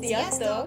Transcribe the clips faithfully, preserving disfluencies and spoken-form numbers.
Sziasztok!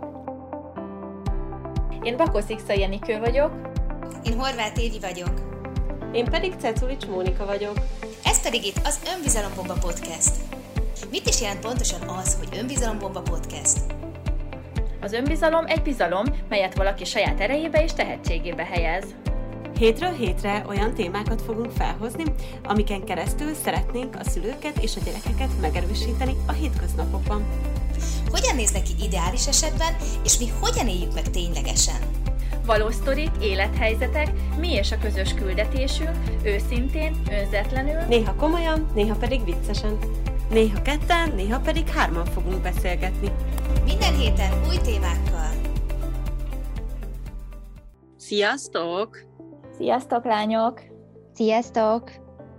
Én Bakos Iksa Jenikő vagyok. Én Horváth Évi vagyok. Én pedig Ceculics Mónika vagyok. Ez pedig itt az Önbizalombomba Podcast. Mit is jelent pontosan az, hogy Önbizalombomba Podcast? Az önbizalom egy bizalom, melyet valaki saját erejébe és tehetségébe helyez. Hétről hétre olyan témákat fogunk felhozni, amiken keresztül szeretnénk a szülőket és a gyerekeket megerősíteni a hétköznapokban. Hogyan néz neki ideális esetben, és mi hogyan éljük meg ténylegesen? Valós sztorik, élethelyzetek, mi és a közös küldetésünk, őszintén, önzetlenül. Néha komolyan, néha pedig viccesen. Néha ketten, néha pedig hárman fogunk beszélgetni. Minden héten új témákkal. Sziasztok! Sziasztok, lányok! Sziasztok!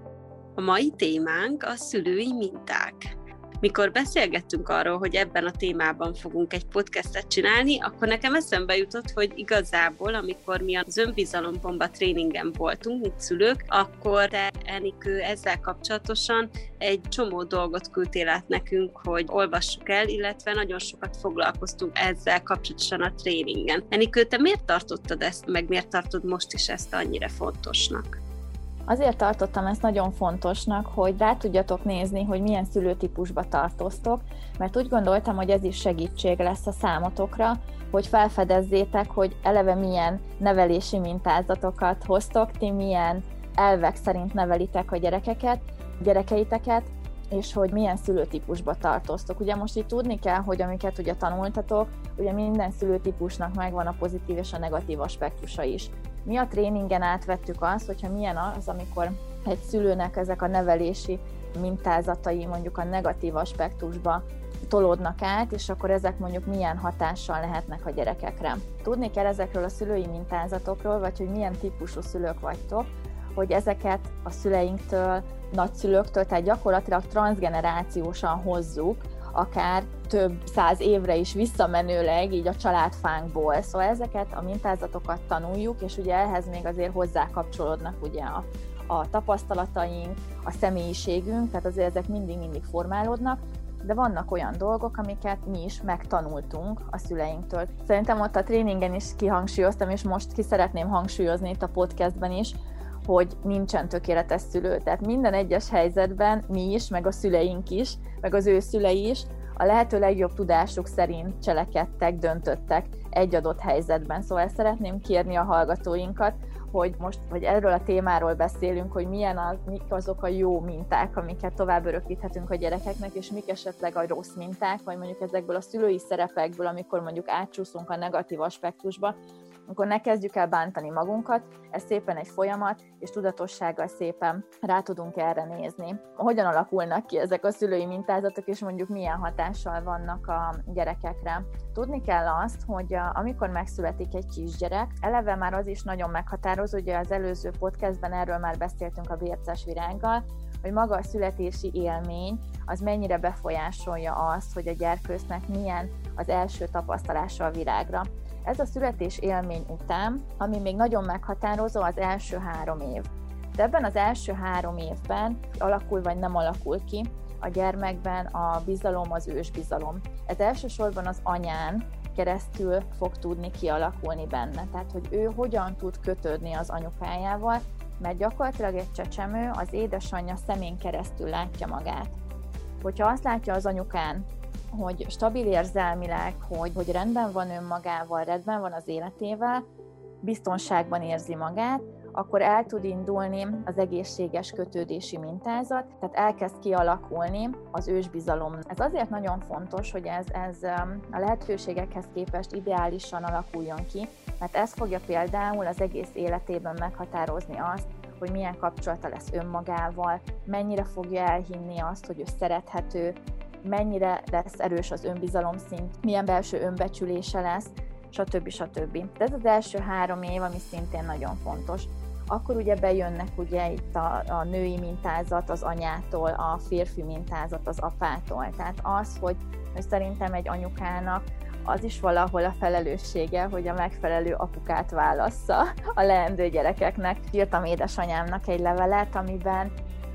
A mai témánk a szülői minták. Mikor beszélgettünk arról, hogy ebben a témában fogunk egy podcastet csinálni, akkor nekem eszembe jutott, hogy igazából, amikor mi az önbizalombomba tréningen voltunk, mint szülők, akkor te, Enikő, ezzel kapcsolatosan egy csomó dolgot küldtél át nekünk, hogy olvassuk el, illetve nagyon sokat foglalkoztunk ezzel kapcsolatosan a tréningen. Enikő, te miért tartottad ezt, meg miért tartod most is ezt annyira fontosnak? Azért tartottam ezt nagyon fontosnak, hogy rá tudjatok nézni, hogy milyen szülőtípusba tartoztok, mert úgy gondoltam, hogy ez is segítség lesz a számotokra, hogy felfedezzétek, hogy eleve milyen nevelési mintázatokat hoztok, ti milyen elvek szerint nevelitek a gyerekeket, gyerekeiteket, és hogy milyen szülőtípusba tartoztok. Ugye most itt tudni kell, hogy amiket ugye tanultatok, ugye minden szülőtípusnak megvan a pozitív és a negatív aspektusa is. Mi a tréningen átvettük azt, hogyha milyen az, amikor egy szülőnek ezek a nevelési mintázatai mondjuk a negatív aspektusba tolódnak át, és akkor ezek mondjuk milyen hatással lehetnek a gyerekekre. Tudni kell ezekről a szülői mintázatokról, vagy hogy milyen típusú szülők vagytok, hogy ezeket a szüleinktől, nagyszülőktől, tehát gyakorlatilag transzgenerációsan hozzuk, akár több száz évre is visszamenőleg, így a családfánkból. Szóval ezeket a mintázatokat tanuljuk, és ugye ehhez még azért hozzá kapcsolódnak ugye a, a tapasztalataink, a személyiségünk, tehát azért ezek mindig-mindig formálódnak, de vannak olyan dolgok, amiket mi is megtanultunk a szüleinktől. Szerintem ott a tréningen is kihangsúlyoztam, és most ki szeretném hangsúlyozni itt a podcastben is, hogy nincsen tökéletes szülő. Tehát minden egyes helyzetben mi is, meg a szüleink is, meg az ő szülei is a lehető legjobb tudásuk szerint cselekedtek, döntöttek egy adott helyzetben. Szóval ezt szeretném kérni a hallgatóinkat, hogy most, hogy erről a témáról beszélünk, hogy milyen az, mik azok a jó minták, amiket tovább örökíthetünk a gyerekeknek, és mik esetleg a rossz minták, vagy mondjuk ezekből a szülői szerepekből, amikor mondjuk átcsúszunk a negatív aspektusba, akkor ne kezdjük el bántani magunkat, ez szépen egy folyamat, és tudatossággal szépen rá tudunk erre nézni. Hogyan alakulnak ki ezek a szülői mintázatok, és mondjuk milyen hatással vannak a gyerekekre. Tudni kell azt, hogy amikor megszületik egy kisgyerek, eleve már az is nagyon meghatározó, ugye az előző podcastben erről már beszéltünk a bérces virággal, hogy maga a születési élmény, az mennyire befolyásolja azt, hogy a gyerkőcnek milyen az első tapasztalása a világra. Ez a születés élmény után, ami még nagyon meghatározó, az első három év. De ebben az első három évben alakul vagy nem alakul ki a gyermekben a bizalom, az ősbizalom. Ez elsősorban az anyán keresztül fog tudni kialakulni benne. Tehát, hogy ő hogyan tud kötődni az anyukájával, mert gyakorlatilag egy csecsemő az édesanyja szemén keresztül látja magát. Hogyha azt látja az anyukán, hogy stabil érzelmileg, hogy, hogy rendben van önmagával, rendben van az életével, biztonságban érzi magát, akkor el tud indulni az egészséges kötődési mintázat, tehát elkezd kialakulni az ősbizalom. Ez azért nagyon fontos, hogy ez, ez a lehetőségekhez képest ideálisan alakuljon ki, mert ez fogja például az egész életében meghatározni azt, hogy milyen kapcsolata lesz önmagával, mennyire fogja elhinni azt, hogy ő szerethető, mennyire lesz erős az önbizalomszint, milyen belső önbecsülése lesz, stb. stb. De ez az első három év, ami szintén nagyon fontos. Akkor ugye bejönnek ugye itt a, a női mintázat az anyától, a férfi mintázat az apától. Tehát az, hogy, hogy szerintem egy anyukának az is valahol a felelőssége, hogy a megfelelő apukát válassza a leendő gyerekeknek. Írtam édesanyámnak egy levelet, amiben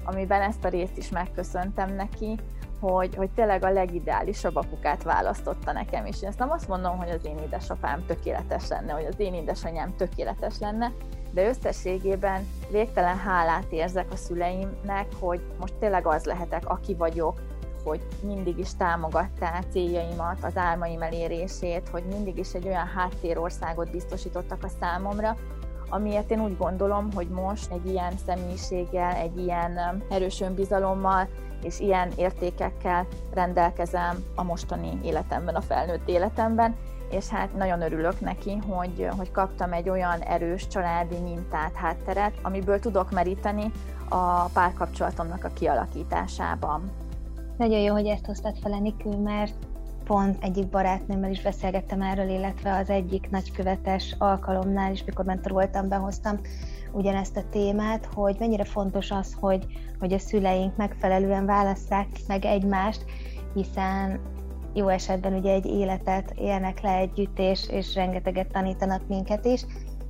amiben ezt a részt is megköszöntem neki, hogy, hogy tényleg a legideálisabb apukát választotta nekem, és én ezt nem azt mondom, hogy az én édesapám tökéletes lenne, hogy az én édesanyám tökéletes lenne, de összességében végtelen hálát érzek a szüleimnek, hogy most tényleg az lehetek, aki vagyok, hogy mindig is támogatták céljaimat, az álmaim elérését, hogy mindig is egy olyan háttérországot biztosítottak a számomra, amiért én úgy gondolom, hogy most egy ilyen személyiséggel, egy ilyen erős önbizalommal és ilyen értékekkel rendelkezem a mostani életemben, a felnőtt életemben, és hát nagyon örülök neki, hogy, hogy kaptam egy olyan erős családi mintát, hátteret, amiből tudok meríteni a párkapcsolatomnak a kialakításában. Nagyon jó, hogy ezt hoztad fel, Enikő, mert pont egyik barátnőmmel is beszélgettem erről, illetve az egyik nagykövetes alkalomnál is, mikor mentoroltam, behoztam ugyanezt a témát, hogy mennyire fontos az, hogy, hogy a szüleink megfelelően válasszák meg egymást, hiszen jó esetben ugye egy életet élnek le együtt, és, és rengeteget tanítanak minket is,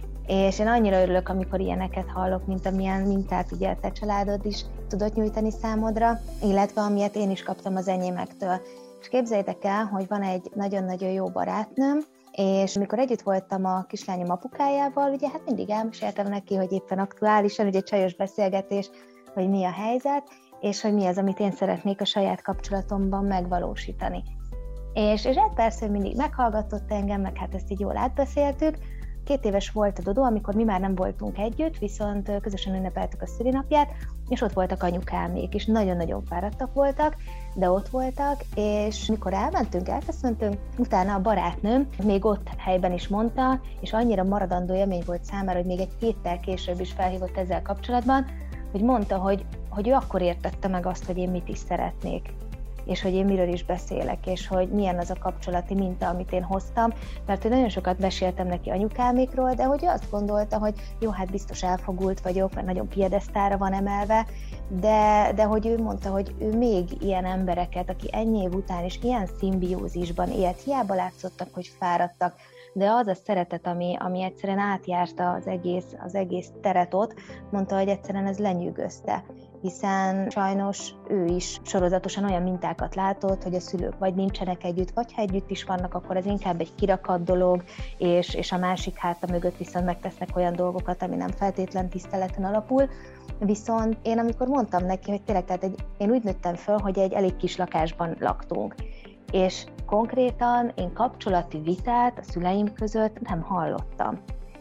és én annyira örülök, amikor ilyeneket hallok, mint amilyen mintát ugye a te családod is tudott nyújtani számodra, illetve amilyet én is kaptam az enyémektől. És képzeljétek el, hogy van egy nagyon-nagyon jó barátnőm, és amikor együtt voltam a kislányom apukájával, ugye hát mindig elmeséltem neki, hogy éppen aktuálisan, ugye csajos beszélgetés, hogy mi a helyzet, és hogy mi az, amit én szeretnék a saját kapcsolatomban megvalósítani. És, és hát persze mindig meghallgatott engem, meg hát ezt így jól átbeszéltük. Két éves volt a Dodó, amikor mi már nem voltunk együtt, viszont közösen ünnepeltük a szülinapját, és ott voltak anyukámék, és nagyon-nagyon fáradtak voltak, de ott voltak, és mikor elmentünk, elköszöntünk, utána a barátnőm még ott helyben is mondta, és annyira maradandó élmény volt számára, hogy még egy héttel később is felhívott ezzel kapcsolatban, hogy mondta, hogy, hogy ő akkor értette meg azt, hogy én mit is szeretnék, és hogy én miről is beszélek, és hogy milyen az a kapcsolati minta, amit én hoztam, mert nagyon sokat meséltem neki anyukámékról, de hogy ő azt gondolta, hogy jó, hát biztos elfogult vagyok, mert nagyon piedesztára van emelve, de, de hogy ő mondta, hogy ő még ilyen embereket, aki ennyi év után is ilyen szimbiózisban élt, hiába látszottak, hogy fáradtak, de az a szeretet, ami, ami egyszerűen átjárta az egész, az egész teret ott, mondta, hogy egyszerűen ez lenyűgözte, hiszen sajnos ő is sorozatosan olyan mintákat látott, hogy a szülők vagy nincsenek együtt, vagy ha együtt is vannak, akkor ez inkább egy kirakat dolog, és, és a másik háta mögött viszont megtesznek olyan dolgokat, ami nem feltétlen tiszteleten alapul. Viszont én amikor mondtam neki, hogy tényleg, tehát egy, én úgy nőttem föl, hogy egy elég kis lakásban laktunk, és konkrétan én kapcsolati vitát a szüleim között nem hallottam.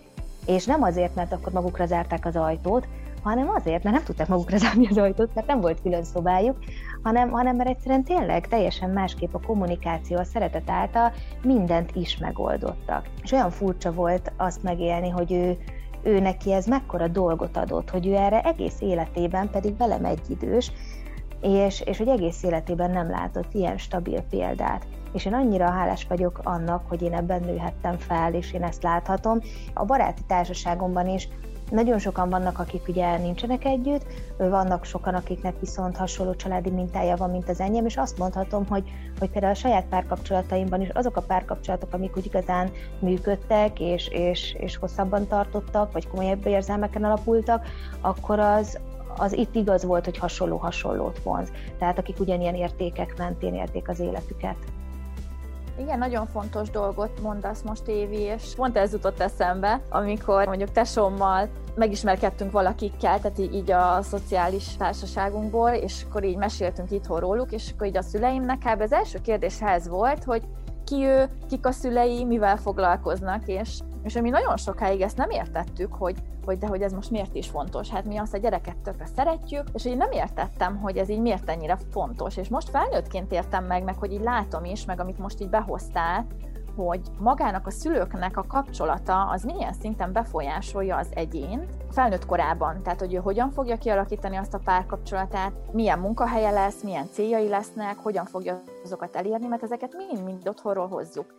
És nem azért, mert akkor magukra zárták az ajtót, hanem azért, mert nem tudták magukra zárni az ajtót, mert nem volt külön szobájuk, hanem, hanem mert egyszerűen tényleg teljesen másképp a kommunikáció, a szeretet által mindent is megoldottak. És olyan furcsa volt azt megélni, hogy ő, ő neki ez mekkora dolgot adott, hogy ő erre egész életében, pedig velem egyidős, és, és hogy egész életében nem látott ilyen stabil példát. És én annyira hálás vagyok annak, hogy én ebben nőhettem fel, és én ezt láthatom. A baráti társaságomban is nagyon sokan vannak, akik ugye nincsenek együtt, vannak sokan, akiknek viszont hasonló családi mintája van, mint az enyém, és azt mondhatom, hogy, hogy például a saját párkapcsolataimban is azok a párkapcsolatok, amik úgy igazán működtek, és, és, és hosszabban tartottak, vagy komolyabb érzelmeken alapultak, akkor az, az itt igaz volt, hogy hasonló-hasonlót vonz. Tehát akik ugyanilyen értékek mentén élték az életüket. Igen, nagyon fontos dolgot mondasz most, Évi, és pont ez jutott eszembe, amikor mondjuk tesómmal megismerkedtünk valakikkel, tehát így a szociális társaságunkból, és akkor így meséltünk itthon róluk, és akkor így a szüleimnek kb. Az első kérdés ez volt, hogy ki ő, kik a szülei, mivel foglalkoznak, és, és mi nagyon sokáig ezt nem értettük, hogy, hogy de hogy ez most miért is fontos. Hát mi azt a gyereket tökre szeretjük, és így nem értettem, hogy ez így miért ennyire fontos. És most felnőttként értem meg, meg hogy így látom is, meg amit most így behoztál, hogy magának a szülőknek a kapcsolata az milyen szinten befolyásolja az egyént felnőtt korában. Tehát, hogy ő hogyan fogja kialakítani azt a párkapcsolatát, milyen munkahelye lesz, milyen céljai lesznek, hogyan fogja azokat elérni, mert ezeket mind-mind otthonról hozzuk.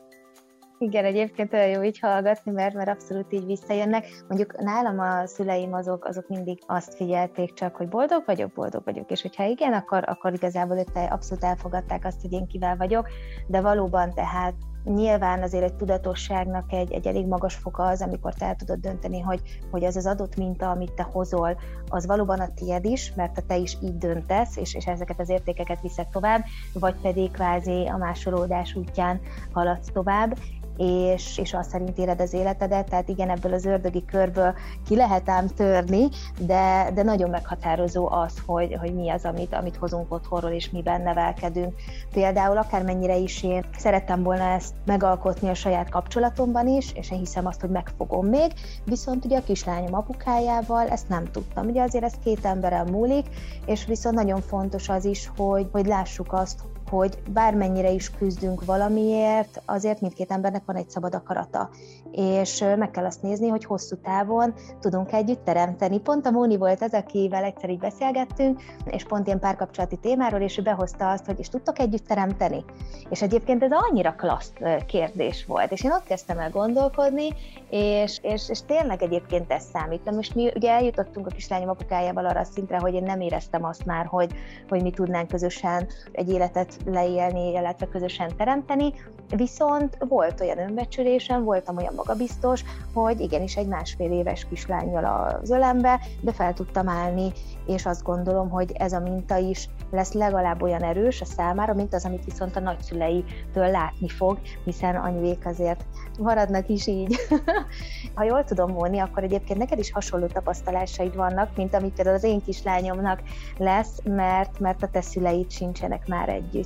Igen, egyébként olyan jó így hallgatni, mert, mert abszolút így visszajönnek. Mondjuk nálam a szüleim azok, azok mindig azt figyelték csak, hogy boldog vagyok, boldog vagyok, és hogyha igen, akkor, akkor igazából ők abszolút elfogadták azt, hogy én kivel vagyok, de valóban tehát Nyilván azért egy tudatosságnak egy, egy elég magas foka az, amikor te el tudod dönteni, hogy, hogy az az adott minta, amit te hozol, az valóban a tiéd is, mert te is így döntesz, és, és ezeket az értékeket viszed tovább, vagy pedig kvázi a másolódás útján haladsz tovább, és, és azt szerint éled az életedet, tehát igen, ebből az ördögi körből ki lehet ám törni, de, de nagyon meghatározó az, hogy, hogy mi az, amit, amit hozunk otthonról, és miben nevelkedünk. Például akármennyire is én szerettem volna ezt megalkotni a saját kapcsolatomban is, és én hiszem azt, hogy megfogom még, viszont ugye a kislányom apukájával ezt nem tudtam. Ugye azért ez két emberrel múlik, és viszont nagyon fontos az is, hogy, hogy lássuk azt, hogy bármennyire is küzdünk valamiért, azért mindkét embernek van egy szabad akarata. És meg kell azt nézni, hogy hosszú távon tudunk együtt teremteni. Pont a Móni volt az, akivel egyszer így beszélgettünk, és pont ilyen párkapcsolati témáról, és ő behozta azt, hogy és tudtok együtt teremteni. És egyébként ez annyira klassz kérdés volt. És én ott kezdtem el gondolkodni, és, és, és tényleg egyébként ez számít. Na most mi ugye eljutottunk a kislányom apukájával arra a szintre, hogy én nem éreztem azt már, hogy, hogy mi tudnánk közösen egy életet leélni, illetve közösen teremteni, viszont volt olyan önbecsülésem, voltam olyan magabiztos, hogy igenis egy másfél éves kislánnyal az ölembe, de fel tudtam állni, és azt gondolom, hogy ez a minta is lesz legalább olyan erős a számára, mint az, amit viszont a nagyszüleitől látni fog, hiszen anyuék azért maradnak is így. Ha jól tudom, Móni, akkor egyébként neked is hasonló tapasztalásaid vannak, mint amit például az én kislányomnak lesz, mert, mert a te szüleid sincsenek már együtt.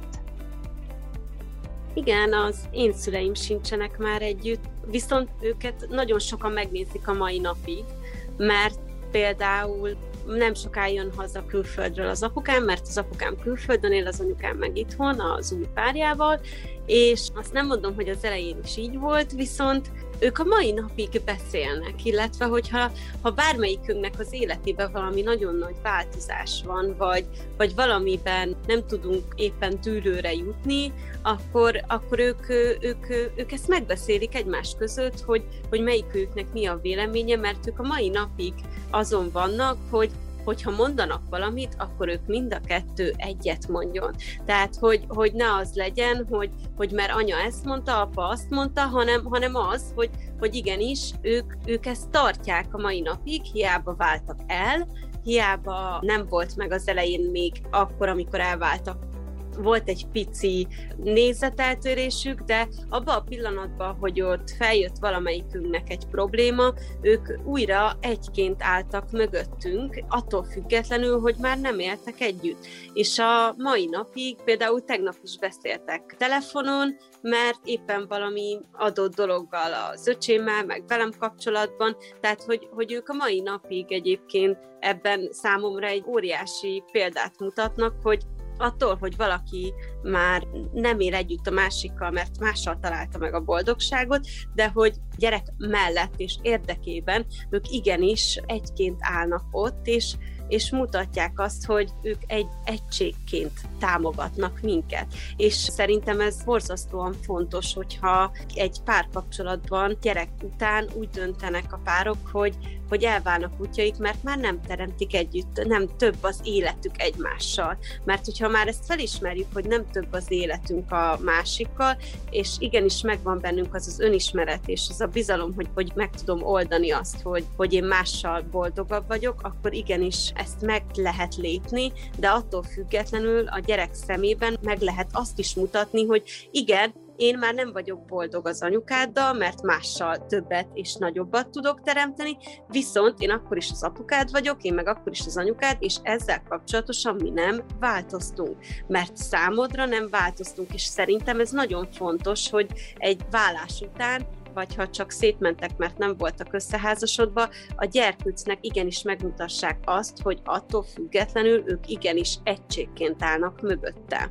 Igen, az én szüleim sincsenek már együtt, viszont őket nagyon sokan megnézik a mai napig, mert például nem soká jön haza külföldről az apukám, mert az apukám külföldön él, az anyukám meg itthon az új párjával, és azt nem mondom, hogy az elején is így volt, viszont ők a mai napig beszélnek, illetve hogyha ha bármelyikünknek az életében valami nagyon nagy változás van, vagy, vagy valamiben nem tudunk éppen tűrőre jutni, akkor, akkor ők, ők, ők ezt megbeszélik egymás között, hogy, hogy melyiküknek mi a véleménye, mert ők a mai napig azon vannak, hogy hogyha mondanak valamit, akkor ők mind a kettő egyet mondjon. Tehát, hogy, hogy ne az legyen, hogy, hogy mert anya ezt mondta, apa azt mondta, hanem, hanem az, hogy, hogy igenis, ők, ők ezt tartják a mai napig, hiába váltak el, hiába nem volt meg az elején még akkor, amikor elváltak. Volt egy pici nézeteltörésük, de abban a pillanatban, hogy ott feljött valamelyikünknek egy probléma, ők újra egyként álltak mögöttünk, attól függetlenül, hogy már nem éltek együtt. És a mai napig, például tegnap is beszéltek telefonon, mert éppen valami adott dologgal az öcsémmel, meg velem kapcsolatban, tehát hogy, hogy ők a mai napig egyébként ebben számomra egy óriási példát mutatnak, hogy attól, hogy valaki már nem él együtt a másikkal, mert mással találta meg a boldogságot, de hogy gyerek mellett és érdekében ők igenis egyként állnak ott, és, és mutatják azt, hogy ők egy egységként támogatnak minket. És szerintem ez borzasztóan fontos, hogyha egy párkapcsolatban gyerek után úgy döntenek a párok, hogy, hogy elválnak útjaik, mert már nem teremtik együtt, nem több az életük egymással. Mert hogyha már ezt felismerjük, hogy nem több az életünk a másikkal, és igenis megvan bennünk az az önismeret, és az a bizalom, hogy, hogy meg tudom oldani azt, hogy, hogy én mással boldogabb vagyok, akkor igenis ezt meg lehet lépni, de attól függetlenül a gyerek szemében meg lehet azt is mutatni, hogy igen, én már nem vagyok boldog az anyukáddal, mert mással többet és nagyobbat tudok teremteni, viszont én akkor is az apukád vagyok, én meg akkor is az anyukád, és ezzel kapcsolatosan mi nem változtunk, mert számodra nem változtunk, és szerintem ez nagyon fontos, hogy egy vállás után, vagy ha csak szétmentek, mert nem voltak összeházasodva, a gyerkőcnek igenis megmutassák azt, hogy attól függetlenül ők igenis egységként állnak mögötte.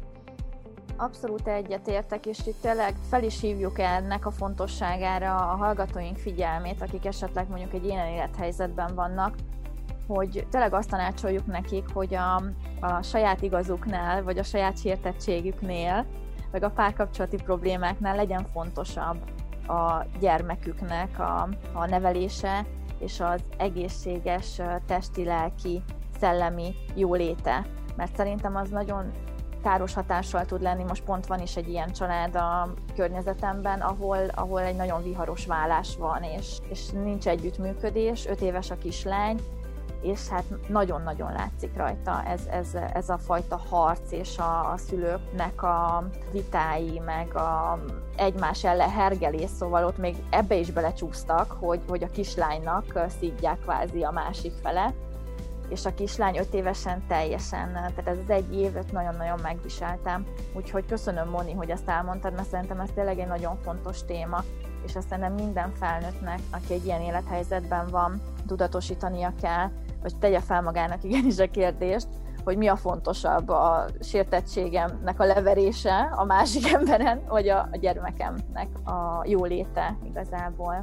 Abszolút egyetértek, és itt tényleg fel is hívjuk ennek a fontosságára a hallgatóink figyelmét, akik esetleg mondjuk egy ilyen élethelyzetben vannak, hogy tényleg azt tanácsoljuk nekik, hogy a, a saját igazuknál, vagy a saját sértettségüknél, vagy a párkapcsolati problémáknál legyen fontosabb a gyermeküknek a, a nevelése, és az egészséges testi, lelki, szellemi jóléte. Mert szerintem az nagyon káros hatással tud lenni. Most pont van is egy ilyen család a környezetemben, ahol, ahol egy nagyon viharos vállás van, és, és nincs együttműködés, öt éves a kislány, és hát nagyon-nagyon látszik rajta ez, ez, ez a fajta harc, és a, a szülőknek a vitái, meg a egymás ellen hergelés, szóval ott még ebbe is belecsúsztak, hogy, hogy a kislánynak szídják kvázi a másik fele, és a kislány öt évesen teljesen, tehát ez az egy évet nagyon-nagyon megviseltem. Úgyhogy köszönöm, Moni, hogy ezt elmondtad, mert szerintem ez tényleg egy nagyon fontos téma, és azt szerintem minden felnőttnek, aki egy ilyen élethelyzetben van, tudatosítania kell, vagy tegye fel magának igenis a kérdést, hogy mi a fontosabb, a sértettségemnek a leverése a másik emberen, vagy a, a gyermekemnek a jóléte igazából.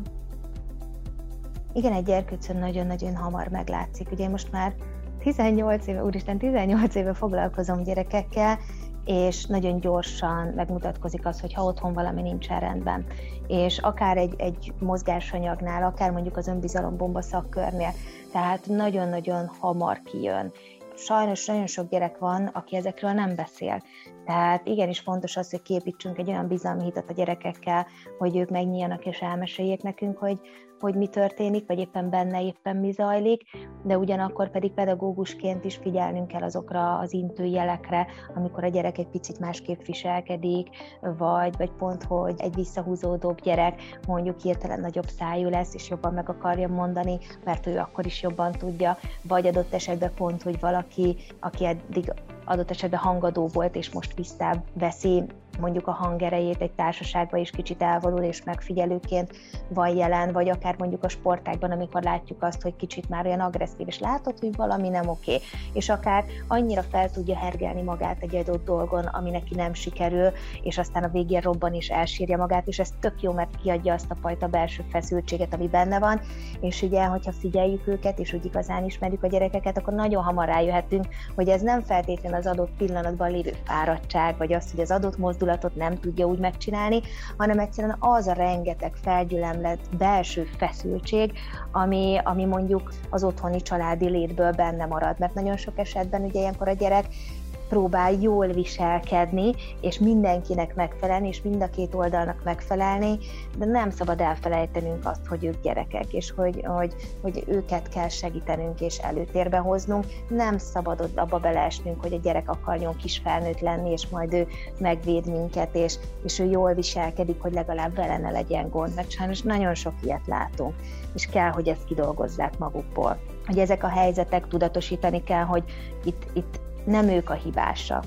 Igen, egy gyerkőcön nagyon-nagyon hamar meglátszik. Ugye most már tizennyolc éve, úristen, tizennyolc éve foglalkozom gyerekekkel, és nagyon gyorsan megmutatkozik az, hogy ha otthon valami nincsen rendben. És akár egy, egy mozgásanyagnál, akár mondjuk az önbizalombomba szakkörnél, tehát nagyon-nagyon hamar kijön. Sajnos nagyon sok gyerek van, aki ezekről nem beszél. Tehát igenis fontos az, hogy képítsünk egy olyan bizalmi hitet a gyerekekkel, hogy ők megnyíljanak és elmeséljék nekünk, hogy, hogy mi történik, vagy éppen benne éppen mi zajlik, de ugyanakkor pedig pedagógusként is figyelnünk kell azokra az intőjelekre, amikor a gyerek egy picit másképp viselkedik, vagy, vagy pont, hogy egy visszahúzódóbb gyerek mondjuk hirtelen nagyobb szájú lesz, és jobban meg akarja mondani, mert ő akkor is jobban tudja, vagy adott esetben pont, hogy valaki, aki eddig adott esetben hangadó volt, és most visszaveszi mondjuk a hangerejét egy társaságban is kicsit elvonul, és megfigyelőként van jelen, vagy akár mondjuk a sportágban, amikor látjuk azt, hogy kicsit már olyan agresszív, és látod, hogy valami nem oké, és akár annyira fel tudja hergelni magát egy adott dolgon, ami neki nem sikerül, és aztán a végén robban is elsírja magát, és ez tök jó, mert kiadja azt a fajta belső feszültséget, ami benne van, és ugye, hogyha figyeljük őket, és úgy igazán ismerjük a gyerekeket, akkor nagyon hamar rájöhetünk, hogy ez nem feltétlenül az adott pillanatban lévő fáradtság, vagy az, hogy az adott mozdulatot nem tudja úgy megcsinálni, hanem egyszerűen az a rengeteg felgyülemlett belső feszültség, ami, ami mondjuk az otthoni családi létből benne marad, mert nagyon sok esetben ugye ilyenkor a gyerek próbál jól viselkedni, és mindenkinek megfelelni, és mind a két oldalnak megfelelni, de nem szabad elfelejtenünk azt, hogy ők gyerekek, és hogy, hogy, hogy őket kell segítenünk és előtérbe hoznunk. Nem szabad abba beleesnünk, hogy a gyerek akarjon kis felnőtt lenni, és majd ő megvéd minket, és, és ő jól viselkedik, hogy legalább vele ne legyen gond, mert sajnos nagyon sok ilyet látunk, és kell, hogy ezt kidolgozzák magukból. Hogy ezek a helyzetek, tudatosítani kell, hogy itt, itt nem ők a hibásak.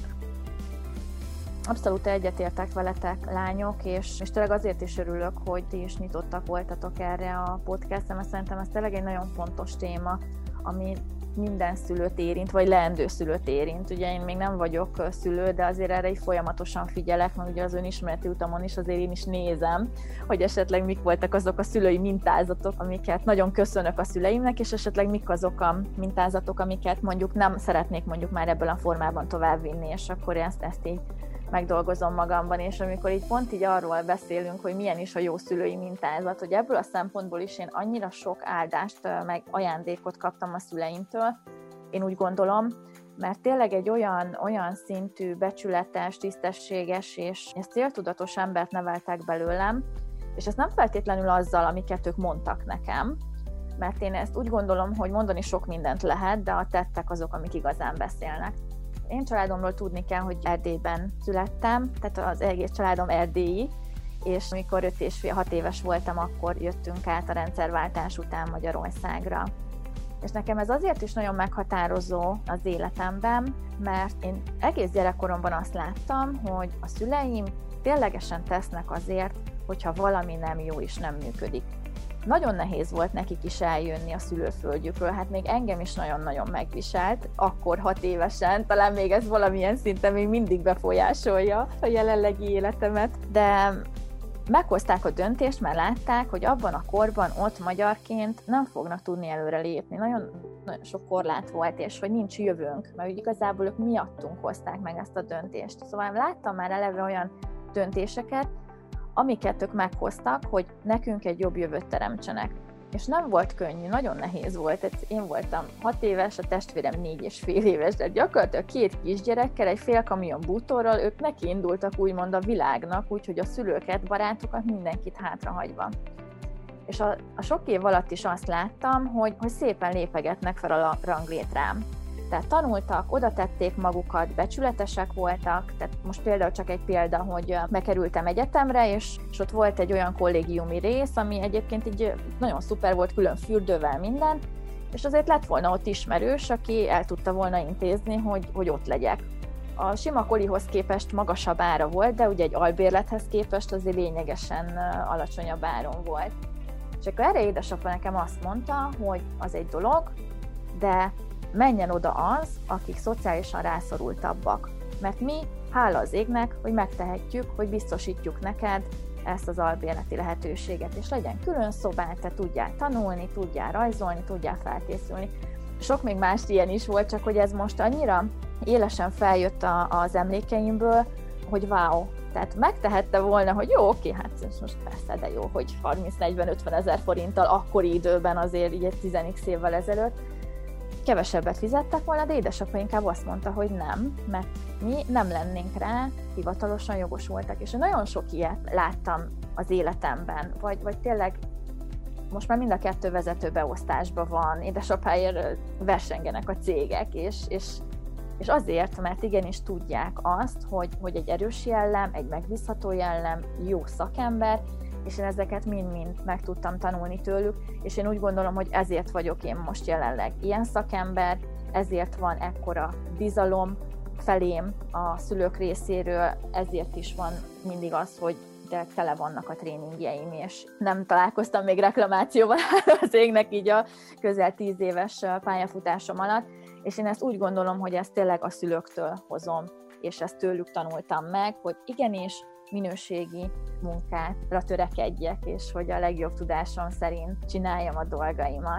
Abszolút egyetértek veletek, lányok, és, és tényleg azért is örülök, hogy ti is nyitottak voltatok erre a podcastre, mert szerintem ez tényleg egy nagyon fontos téma, ami minden szülőt érint, vagy leendő szülőt érint. Ugye én még nem vagyok szülő, de azért erre így folyamatosan figyelek, mert ugye az önismereti utamon is azért én is nézem, hogy esetleg mik voltak azok a szülői mintázatok, amiket nagyon köszönök a szüleimnek, és esetleg mik azok a mintázatok, amiket mondjuk nem szeretnék mondjuk már ebből a formában továbbvinni, és akkor ezt, ezt így megdolgozom magamban, és amikor így pont így arról beszélünk, hogy milyen is a jó szülői mintázat, hogy ebből a szempontból is én annyira sok áldást, meg ajándékot kaptam a szüleimtől, én úgy gondolom, mert tényleg egy olyan, olyan szintű, becsületes, tisztességes és, és céltudatos embert neveltek belőlem, és ezt nem feltétlenül azzal, amiket ők mondtak nekem, mert én ezt úgy gondolom, hogy mondani sok mindent lehet, de a tettek azok, amik igazán beszélnek. Én családomról tudni kell, hogy Erdélyben születtem, tehát az egész családom erdélyi, és amikor öt és fél, hat éves voltam, akkor jöttünk át a rendszerváltás után Magyarországra. És nekem ez azért is nagyon meghatározó az életemben, mert én egész gyerekkoromban azt láttam, hogy a szüleim ténylegesen tesznek azért, hogyha valami nem jó és nem működik. Nagyon nehéz volt nekik is eljönni a szülőföldjükről, hát még engem is nagyon-nagyon megviselt, akkor hat évesen, talán még ez valamilyen szinten még mindig befolyásolja a jelenlegi életemet, de meghozták a döntést, mert látták, hogy abban a korban ott magyarként nem fognak tudni előre lépni. Nagyon, nagyon sok korlát volt, és hogy nincs jövőnk, mert úgy igazából ők miattunk hozták meg ezt a döntést. Szóval láttam már eleve olyan döntéseket, amiket ők meghoztak, hogy nekünk egy jobb jövőt teremtsenek. és nem volt könnyű, nagyon nehéz volt. Tehát én voltam hat éves, a testvérem négy és fél éves, de gyakorlatilag két kisgyerekkel, egy fél kamion bútorral, ők neki indultak úgymond a világnak, úgyhogy a szülőket, barátokat, mindenkit hátrahagyva. És a, a sok év alatt is azt láttam, hogy, hogy szépen lépegetnek fel a ranglétrám. Tehát tanultak, oda tették magukat, becsületesek voltak, tehát most például csak egy példa, hogy bekerültem egyetemre, és, és ott volt egy olyan kollégiumi rész, ami egyébként így nagyon szuper volt, külön fürdővel minden, és azért lett volna ott ismerős, aki el tudta volna intézni, hogy, hogy ott legyek. A sima kolihoz képest magasabb ára volt, de ugye egy albérlethez képest azért lényegesen alacsonyabb áron volt. És akkor erre édesapa nekem azt mondta, hogy az egy dolog, de menjen oda az, akik szociálisan rászorultabbak. Mert mi, hála az égnek, hogy megtehetjük, hogy biztosítjuk neked ezt az albérleti lehetőséget, és legyen külön szobát, te tudjál tanulni, tudjál rajzolni, tudjál felkészülni. Sok még más ilyen is volt, csak hogy ez most annyira élesen feljött a, az emlékeimből, hogy wow, tehát megtehette volna, hogy jó, oké, hát most persze, de jó, hogy harminc-negyven-ötven ezer forinttal akkori időben azért így egy tíz évvel ezelőtt kevesebbet fizettek volna, de édesapa inkább azt mondta, hogy nem, mert mi nem lennénk rá hivatalosan jogosultak. És nagyon sok ilyet láttam az életemben, vagy, vagy tényleg most már mind a kettő vezetőbeosztásban van, édesapáért versengenek a cégek, és, és, és azért, mert igenis tudják azt, hogy, hogy egy erős jellem, egy megbízható jellem, jó szakember, és én ezeket mind-mind meg tudtam tanulni tőlük, és én úgy gondolom, hogy ezért vagyok én most jelenleg ilyen szakember, ezért van ekkora bizalom felém a szülők részéről, ezért is van mindig az, hogy de tele vannak a tréningjeim, és nem találkoztam még reklamációval az égnek így a közel tíz éves pályafutásom alatt, és én ezt úgy gondolom, hogy ezt tényleg a szülőktől hozom, és ezt tőlük tanultam meg, hogy igenis minőségi munkára törekedjek, és hogy a legjobb tudásom szerint csináljam a dolgaimat.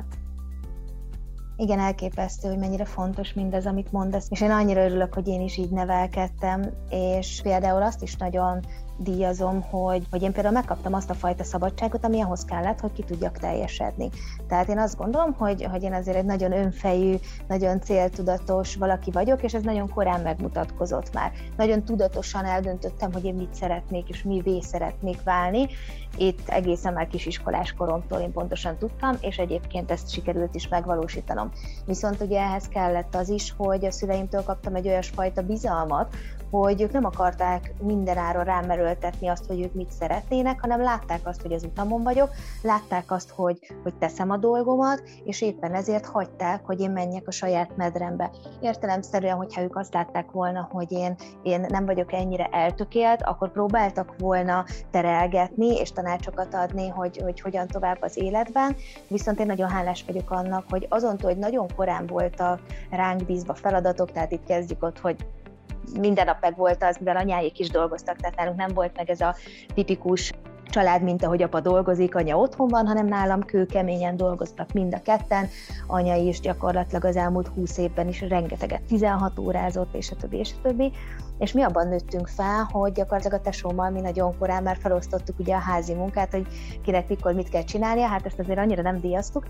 Igen, elképesztő, hogy mennyire fontos mindez, amit mondasz, és én annyira örülök, hogy én is így nevelkedtem, és például azt is nagyon díjazom, hogy, hogy én például megkaptam azt a fajta szabadságot, ami ahhoz kellett, hogy ki tudjak teljesedni. Tehát én azt gondolom, hogy, hogy én azért egy nagyon önfejű, nagyon céltudatos valaki vagyok, és ez nagyon korán megmutatkozott már. Nagyon tudatosan eldöntöttem, hogy én mit szeretnék, és mivé szeretnék válni. Itt egészen már kisiskolás koromtól én pontosan tudtam, és egyébként ezt sikerült is megvalósítanom. Viszont ugye ehhez kellett az is, hogy a szüleimtől kaptam egy olyasfajta bizalmat, hogy ők nem akarták mindenáron rám erőltetni azt, hogy ők mit szeretnének, hanem látták azt, hogy az utamon vagyok, látták azt, hogy, hogy teszem a dolgomat, és éppen ezért hagyták, hogy én menjek a saját medrembe. Értelemszerűen, hogyha ők azt látták volna, hogy én, én nem vagyok ennyire eltökélt, akkor próbáltak volna terelgetni és tanácsokat adni, hogy, hogy hogyan tovább az életben, viszont én nagyon hálás vagyok annak, hogy azontól, hogy nagyon korán voltak ránk bízva feladatok, tehát itt kezdjük ott, hogy minden nap meg volt az, mivel anyáik is dolgoztak, tehát nálunk nem volt meg ez a tipikus család, mint ahogy apa dolgozik, anya otthon van, hanem nálam kőkeményen dolgoztak mind a ketten. Anya is gyakorlatilag az elmúlt húsz évben is rengeteget tizenhat órázott, és a többi, és a többi. És mi abban nőttünk fel, hogy gyakorlatilag a tesómmal mi nagyon korán már felosztottuk ugye a házi munkát, hogy kinek mikor mit kell csinálnia, hát ezt azért annyira nem díjaztuk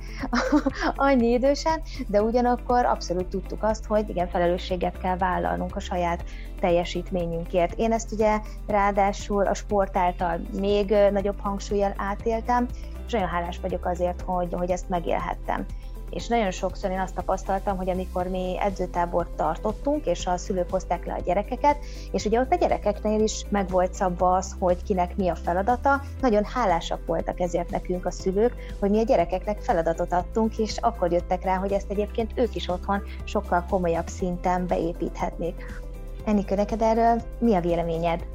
annyi idősen, de ugyanakkor abszolút tudtuk azt, hogy igen, felelősséget kell vállalnunk a saját teljesítményünkért. Én ezt ugye ráadásul a sport által még nagyobb hangsúllyal átéltem, és nagyon hálás vagyok azért, hogy, hogy ezt megélhettem. És nagyon sokszor én azt tapasztaltam, hogy amikor mi edzőtábort tartottunk, és a szülők hozták le a gyerekeket, és ugye ott a gyerekeknél is meg volt szabva az, hogy kinek mi a feladata, nagyon hálásak voltak ezért nekünk a szülők, hogy mi a gyerekeknek feladatot adtunk, és akkor jöttek rá, hogy ezt egyébként ők is otthon sokkal komolyabb szinten beépíthetnék. Enikő, neked erről mi a véleményed?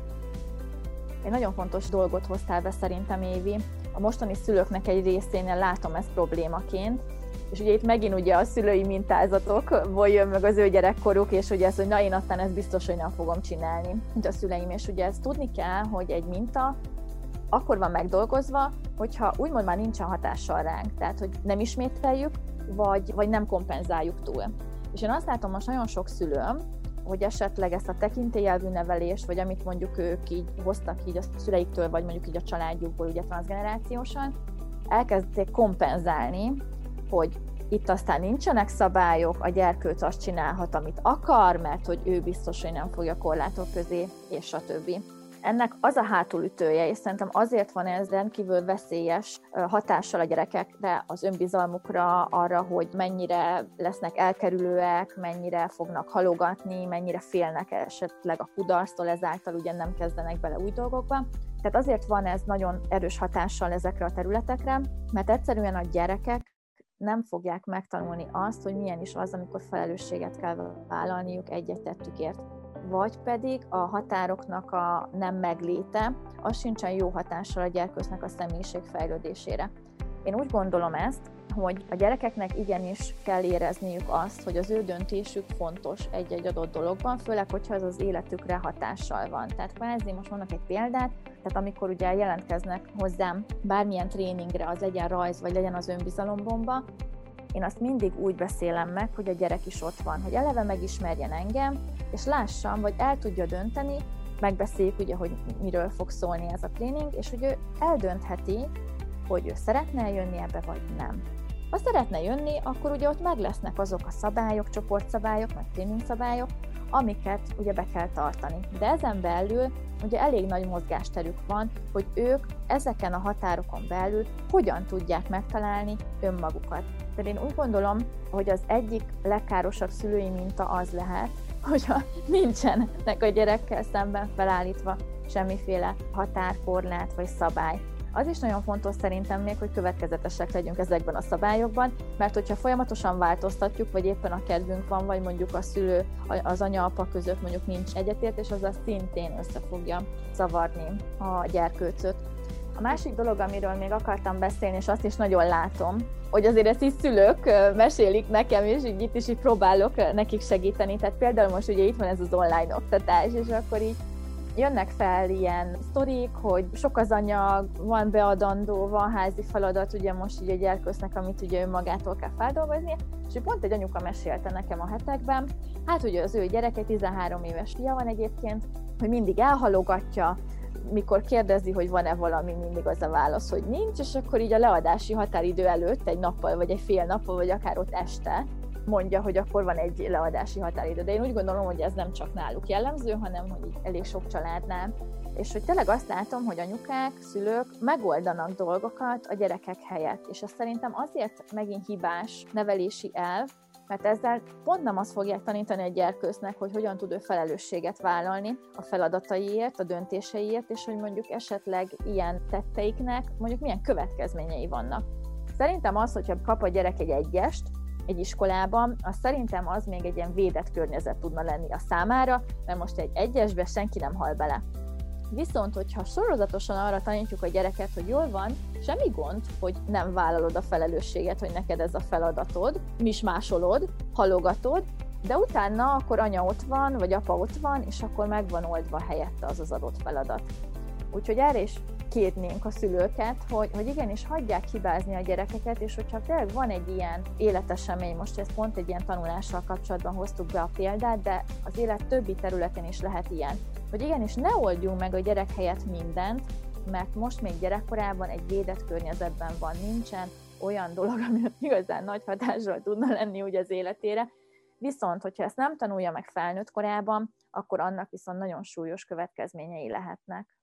Egy nagyon fontos dolgot hoztál be szerintem, Évi. A mostani szülőknek egy részénél látom ezt problémaként, és ugye itt megint ugye a szülői mintázatokból jön meg az ő gyerekkoruk, és ugye ez, hogy na én aztán ezt biztos, hogy nem fogom csinálni, mint a szüleim, és ugye ezt tudni kell, hogy egy minta akkor van megdolgozva, hogyha úgymond már nincsen hatással ránk, tehát hogy nem ismételjük, vagy, vagy nem kompenzáljuk túl. És én azt látom most nagyon sok szülőm, hogy esetleg ezt a tekintélyelvű nevelést, vagy amit mondjuk ők így hoztak így a szüleiktől, vagy mondjuk így a családjukból, ugye transzgenerációsan, elkezdték kompenzálni, hogy itt aztán nincsenek szabályok, a gyerkőc azt csinálhat, amit akar, mert hogy ő biztos, hogy nem fogja korlátok közé, és a többi. Ennek az a hátulütője, és szerintem azért van ez rendkívül veszélyes hatással a gyerekekre, az önbizalmukra, arra, hogy mennyire lesznek elkerülőek, mennyire fognak halogatni, mennyire félnek esetleg a kudarctól, ezáltal ugye nem kezdenek bele új dolgokba. Tehát azért van ez nagyon erős hatással ezekre a területekre, mert egyszerűen a gyerekek nem fogják megtanulni azt, hogy milyen is az, amikor felelősséget kell vállalniuk egy-egy tettükért. Vagy pedig a határoknak a nem megléte, az sincsen jó hatással a gyerkőcnek a személyiség fejlődésére. Én úgy gondolom ezt, hogy a gyerekeknek igenis kell érezniük azt, hogy az ő döntésük fontos egy-egy adott dologban, főleg, hogyha ez az életükre hatással van. Tehát kvázi, most mondok egy példát, tehát amikor ugye jelentkeznek hozzám bármilyen tréningre, az legyen rajz, vagy legyen az önbizalombomba, én azt mindig úgy beszélem meg, hogy a gyerek is ott van, hogy eleve megismerjen engem, és lássam, vagy el tudja dönteni, megbeszéljük ugye, hogy miről fog szólni ez a tréning, és hogy ő eldöntheti, hogy ő szeretne jönni ebbe, vagy nem. Ha szeretne jönni, akkor ugye ott meg lesznek azok a szabályok, csoportszabályok, meg tréningsabályok, amiket ugye be kell tartani. De ezen belül ugye elég nagy mozgásterük van, hogy ők ezeken a határokon belül hogyan tudják megtalálni önmagukat. Tehát én úgy gondolom, hogy az egyik legkárosabb szülői minta az lehet, hogyha nincsenek a gyerekkel szemben felállítva semmiféle határkorlát vagy szabály. Az is nagyon fontos szerintem még, hogy következetesek legyünk ezekben a szabályokban, mert hogyha folyamatosan változtatjuk, vagy éppen a kedvünk van, vagy mondjuk a szülő, az anya-apa között mondjuk nincs egyetértés, az szintén össze fogja zavarni a gyerkőcöt. A másik dolog, amiről még akartam beszélni, és azt is nagyon látom, hogy azért ezt is szülők mesélik nekem, és így itt is így próbálok nekik segíteni. Tehát például most ugye itt van ez az online oktatás, és akkor így jönnek fel ilyen sztorik, hogy sok az anyag, van beadandó, van házi feladat, ugye most ugye a gyerkőcnek, amit ugye önmagától kell feldolgozni, és pont egy anyuka mesélte nekem a hetekben, hát ugye az ő gyereke, tizenhárom éves fia van egyébként, hogy mindig elhalogatja, mikor kérdezi, hogy van-e valami, mindig az a válasz, hogy nincs, és akkor így a leadási határidő előtt egy nappal, vagy egy fél nappal, vagy akár ott este mondja, hogy akkor van egy leadási határidő. De én úgy gondolom, hogy ez nem csak náluk jellemző, hanem hogy így elég sok családnál. És hogy tényleg azt látom, hogy anyukák, szülők megoldanak dolgokat a gyerekek helyett. És ez szerintem azért megint hibás nevelési elv, mert ezzel pont nem azt fogják tanítani a gyerkőcnek, hogy hogyan tud ő felelősséget vállalni a feladataiért, a döntéseiért, és hogy mondjuk esetleg ilyen tetteiknek mondjuk milyen következményei vannak. Szerintem az, hogyha kap a gyerek egy egyest egy iskolában, az szerintem az még egy ilyen védett környezet tudna lenni a számára, mert most egy egyesbe senki nem hal bele. Viszont, hogyha sorozatosan arra tanítjuk a gyereket, hogy jól van, semmi gond, hogy nem vállalod a felelősséget, hogy neked ez a feladatod, mismásolod, halogatod, de utána akkor anya ott van, vagy apa ott van, és akkor meg van oldva helyette az az adott feladat. Úgyhogy erre is kérnénk a szülőket, hogy, hogy igenis hagyják hibázni a gyerekeket, és hogyha tényleg van egy ilyen életesemény, most ezt pont egy ilyen tanulással kapcsolatban hoztuk be a példát, de az élet többi területén is lehet ilyen, hogy igenis ne oldjunk meg a gyerek helyett mindent, mert most még gyerekkorában egy védett környezetben van, nincsen olyan dolog, ami igazán nagy hatással tudna lenni úgy az életére. Viszont, hogyha ezt nem tanulja meg felnőtt korában, akkor annak viszont nagyon súlyos következményei lehetnek.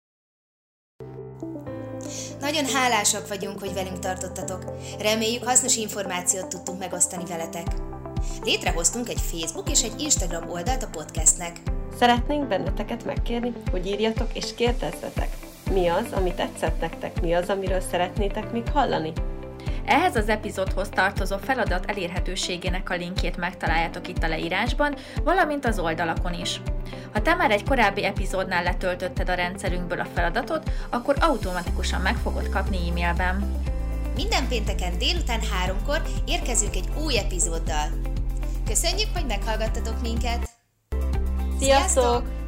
Nagyon hálásak vagyunk, hogy velünk tartottatok. Reméljük, hasznos információt tudtunk megosztani veletek. Létrehoztunk egy Facebook és egy Instagram oldalt a podcastnek. Szeretnénk benneteket megkérni, hogy írjatok és kérdezzetek. Mi az, ami tetszett nektek? Mi az, amiről szeretnétek még hallani? Ehhez az epizódhoz tartozó feladat elérhetőségének a linkjét megtaláljátok itt a leírásban, valamint az oldalakon is. Ha te már egy korábbi epizódnál letöltötted a rendszerünkből a feladatot, akkor automatikusan meg fogod kapni e-mailben. Minden pénteken délután háromkor érkezünk egy új epizóddal. Köszönjük, hogy meghallgattatok minket! Sziasztok!